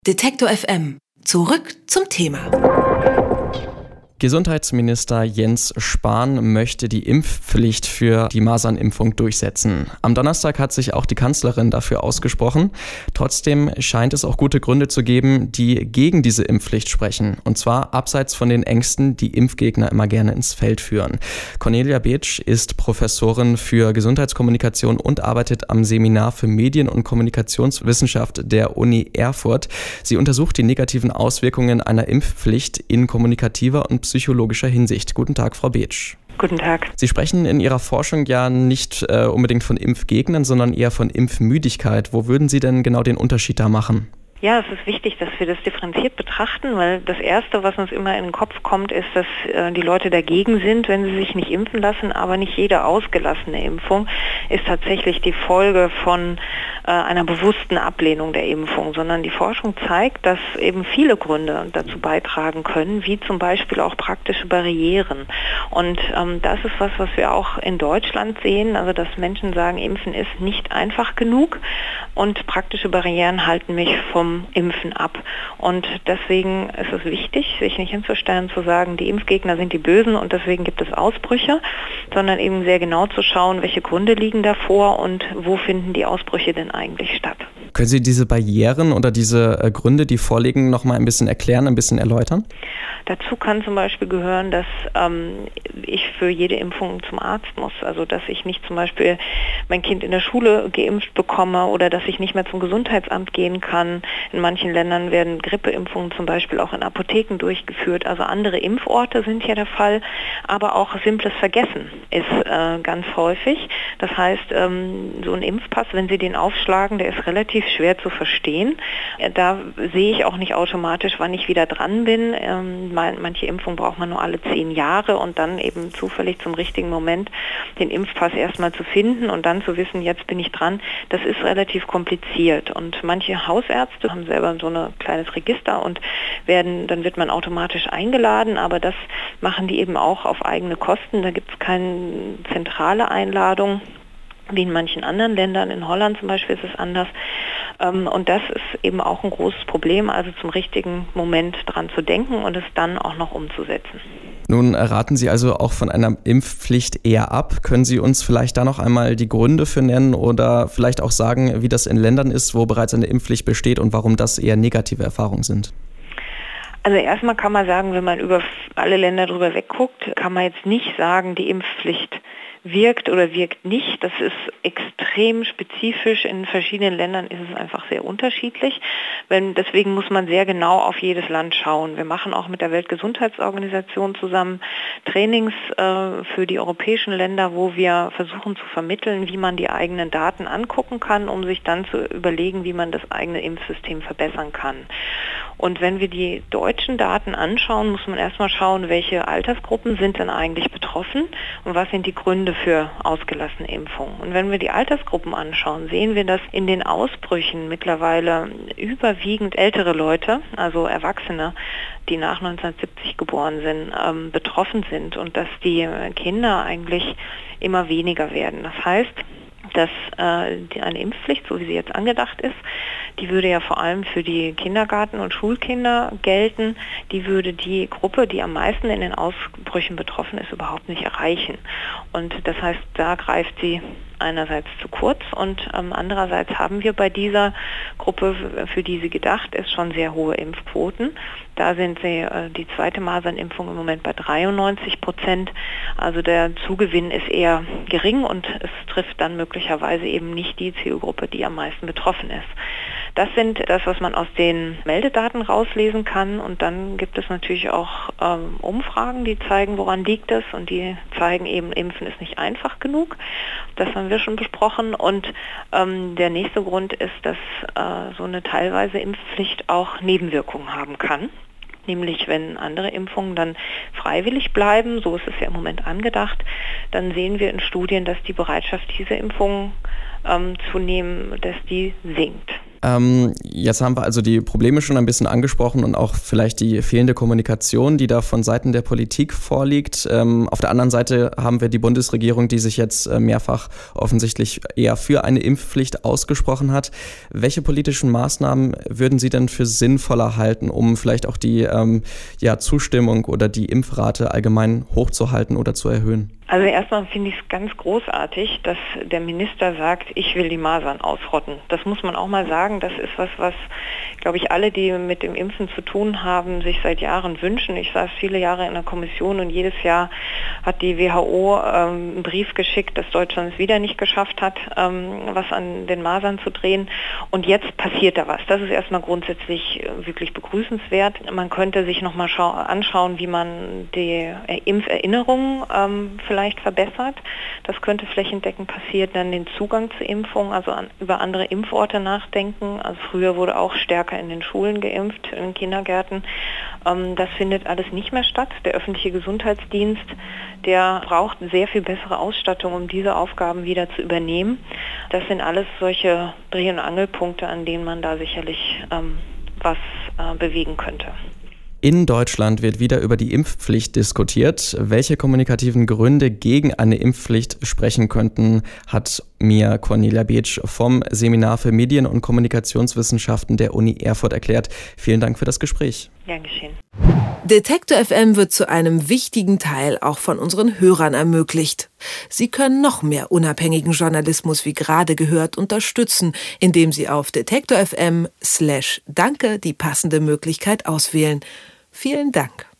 Detektor FM. Zurück zum Thema. Gesundheitsminister Jens Spahn möchte die Impfpflicht für die Masernimpfung durchsetzen. Am Donnerstag hat sich auch die Kanzlerin dafür ausgesprochen. Trotzdem scheint es auch gute Gründe zu geben, die gegen diese Impfpflicht sprechen. Und zwar abseits von den Ängsten, die Impfgegner immer gerne ins Feld führen. Cornelia Beetsch ist Professorin für Gesundheitskommunikation und arbeitet am Seminar für Medien- und Kommunikationswissenschaft der Uni Erfurt. Sie untersucht die negativen Auswirkungen einer Impfpflicht in kommunikativer und psychologischer Hinsicht. Guten Tag, Frau Beetsch. Guten Tag. Sie sprechen in Ihrer Forschung ja nicht unbedingt von Impfgegnern, sondern eher von Impfmüdigkeit. Wo würden Sie denn genau den Unterschied da machen? Ja, es ist wichtig, dass wir das differenziert betrachten, weil das Erste, was uns immer in den Kopf kommt, ist, dass die Leute dagegen sind, wenn sie sich nicht impfen lassen. Aber nicht jede ausgelassene Impfung ist tatsächlich die Folge von einer bewussten Ablehnung der Impfung, sondern die Forschung zeigt, dass eben viele Gründe dazu beitragen können, wie zum Beispiel auch praktische Barrieren. Und das ist was wir auch in Deutschland sehen, also dass Menschen sagen, Impfen ist nicht einfach genug und praktische Barrieren halten mich vom Impfen ab. Und deswegen ist es wichtig, sich nicht hinzustellen und zu sagen, die Impfgegner sind die Bösen und deswegen gibt es Ausbrüche, sondern eben sehr genau zu schauen, welche Gründe liegen davor und wo finden die Ausbrüche denn eigentlich statt. Können Sie diese Barrieren oder diese Gründe, die vorliegen, noch mal ein bisschen erklären, ein bisschen erläutern? Dazu kann zum Beispiel gehören, dass ich für jede Impfung zum Arzt muss. Also dass ich nicht zum Beispiel mein Kind in der Schule geimpft bekomme oder dass ich nicht mehr zum Gesundheitsamt gehen kann. In manchen Ländern werden Grippeimpfungen zum Beispiel auch in Apotheken durchgeführt. Also andere Impforte sind hier der Fall. Aber auch simples Vergessen ist ganz häufig. Das heißt, so ein Impfpass, wenn Sie den aufschlagen, der ist relativ schwer zu verstehen. Da sehe ich auch nicht automatisch, wann ich wieder dran bin. Manche Impfungen braucht man nur alle 10 Jahre und dann eben zufällig zum richtigen Moment den Impfpass erstmal zu finden und dann zu wissen, jetzt bin ich dran. Das ist relativ kompliziert und manche Hausärzte haben selber so ein kleines Register und dann wird man automatisch eingeladen, aber das machen die eben auch auf eigene Kosten. Da gibt es keine zentrale Einladung, wie in manchen anderen Ländern. In Holland zum Beispiel ist es anders. Und das ist eben auch ein großes Problem, also zum richtigen Moment dran zu denken und es dann auch noch umzusetzen. Nun raten Sie also auch von einer Impfpflicht eher ab. Können Sie uns vielleicht da noch einmal die Gründe für nennen oder vielleicht auch sagen, wie das in Ländern ist, wo bereits eine Impfpflicht besteht und warum das eher negative Erfahrungen sind? Also erstmal kann man sagen, wenn man über alle Länder drüber wegguckt, kann man jetzt nicht sagen, die Impfpflicht wirkt oder wirkt nicht. Das ist extrem spezifisch. In verschiedenen Ländern ist es einfach sehr unterschiedlich. Deswegen muss man sehr genau auf jedes Land schauen. Wir machen auch mit der Weltgesundheitsorganisation zusammen Trainings für die europäischen Länder, wo wir versuchen zu vermitteln, wie man die eigenen Daten angucken kann, um sich dann zu überlegen, wie man das eigene Impfsystem verbessern kann. Und wenn wir die deutschen Daten anschauen, muss man erstmal schauen, welche Altersgruppen sind denn eigentlich betroffen und was sind die Gründe für ausgelassene Impfungen. Und wenn wir die Altersgruppen anschauen, sehen wir, dass in den Ausbrüchen mittlerweile überwiegend ältere Leute, also Erwachsene, die nach 1970 geboren sind, betroffen sind und dass die Kinder eigentlich immer weniger werden. Das heißt, dass eine Impfpflicht, so wie sie jetzt angedacht ist, die würde ja vor allem für die Kindergarten- und Schulkinder gelten. Die würde die Gruppe, die am meisten in den Ausbrüchen betroffen ist, überhaupt nicht erreichen. Und das heißt, da greift sie einerseits zu kurz und andererseits haben wir bei dieser Gruppe, für die sie gedacht ist, schon sehr hohe Impfquoten. Da sind die zweite Masernimpfung im Moment bei 93%. Also der Zugewinn ist eher gering und es trifft dann möglicherweise eben nicht die Zielgruppe, die am meisten betroffen ist. Das sind das, was man aus den Meldedaten rauslesen kann. Und dann gibt es natürlich auch Umfragen, die zeigen, woran liegt es. Und die zeigen eben, Impfen ist nicht einfach genug. Das haben wir schon besprochen. Und der nächste Grund ist, dass so eine teilweise Impfpflicht auch Nebenwirkungen haben kann. Nämlich wenn andere Impfungen dann freiwillig bleiben, so ist es ja im Moment angedacht, dann sehen wir in Studien, dass die Bereitschaft, diese Impfungen zu nehmen, dass die sinkt. Jetzt haben wir also die Probleme schon ein bisschen angesprochen und auch vielleicht die fehlende Kommunikation, die da von Seiten der Politik vorliegt. Auf der anderen Seite haben wir die Bundesregierung, die sich jetzt mehrfach offensichtlich eher für eine Impfpflicht ausgesprochen hat. Welche politischen Maßnahmen würden Sie denn für sinnvoller halten, um vielleicht auch die Zustimmung oder die Impfrate allgemein hochzuhalten oder zu erhöhen? Also erstmal finde ich es ganz großartig, dass der Minister sagt, ich will die Masern ausrotten. Das muss man auch mal sagen. Das ist was, glaube ich, alle, die mit dem Impfen zu tun haben, sich seit Jahren wünschen. Ich saß viele Jahre in der Kommission und jedes Jahr hat die WHO einen Brief geschickt, dass Deutschland es wieder nicht geschafft hat, was an den Masern zu drehen. Und jetzt passiert da was. Das ist erstmal grundsätzlich wirklich begrüßenswert. Man könnte sich nochmal anschauen, wie man die Impferinnerungen vielleicht verbessert. Das könnte flächendeckend passieren. Dann den Zugang zur Impfung, also über andere Impforte nachdenken. Also früher wurde auch stärker in den Schulen geimpft, in den Kindergärten. Das findet alles nicht mehr statt. Der öffentliche Gesundheitsdienst, der braucht sehr viel bessere Ausstattung, um diese Aufgaben wieder zu übernehmen. Das sind alles solche Dreh- und Angelpunkte, an denen man da sicherlich was bewegen könnte. In Deutschland wird wieder über die Impfpflicht diskutiert. Welche kommunikativen Gründe gegen eine Impfpflicht sprechen könnten, hat mir Cornelia Beetsch vom Seminar für Medien- und Kommunikationswissenschaften der Uni Erfurt erklärt. Vielen Dank für das Gespräch. Gern geschehen. Detektor FM wird zu einem wichtigen Teil auch von unseren Hörern ermöglicht. Sie können noch mehr unabhängigen Journalismus, wie gerade gehört, unterstützen, indem Sie auf detektor.fm/danke die passende Möglichkeit auswählen. Vielen Dank.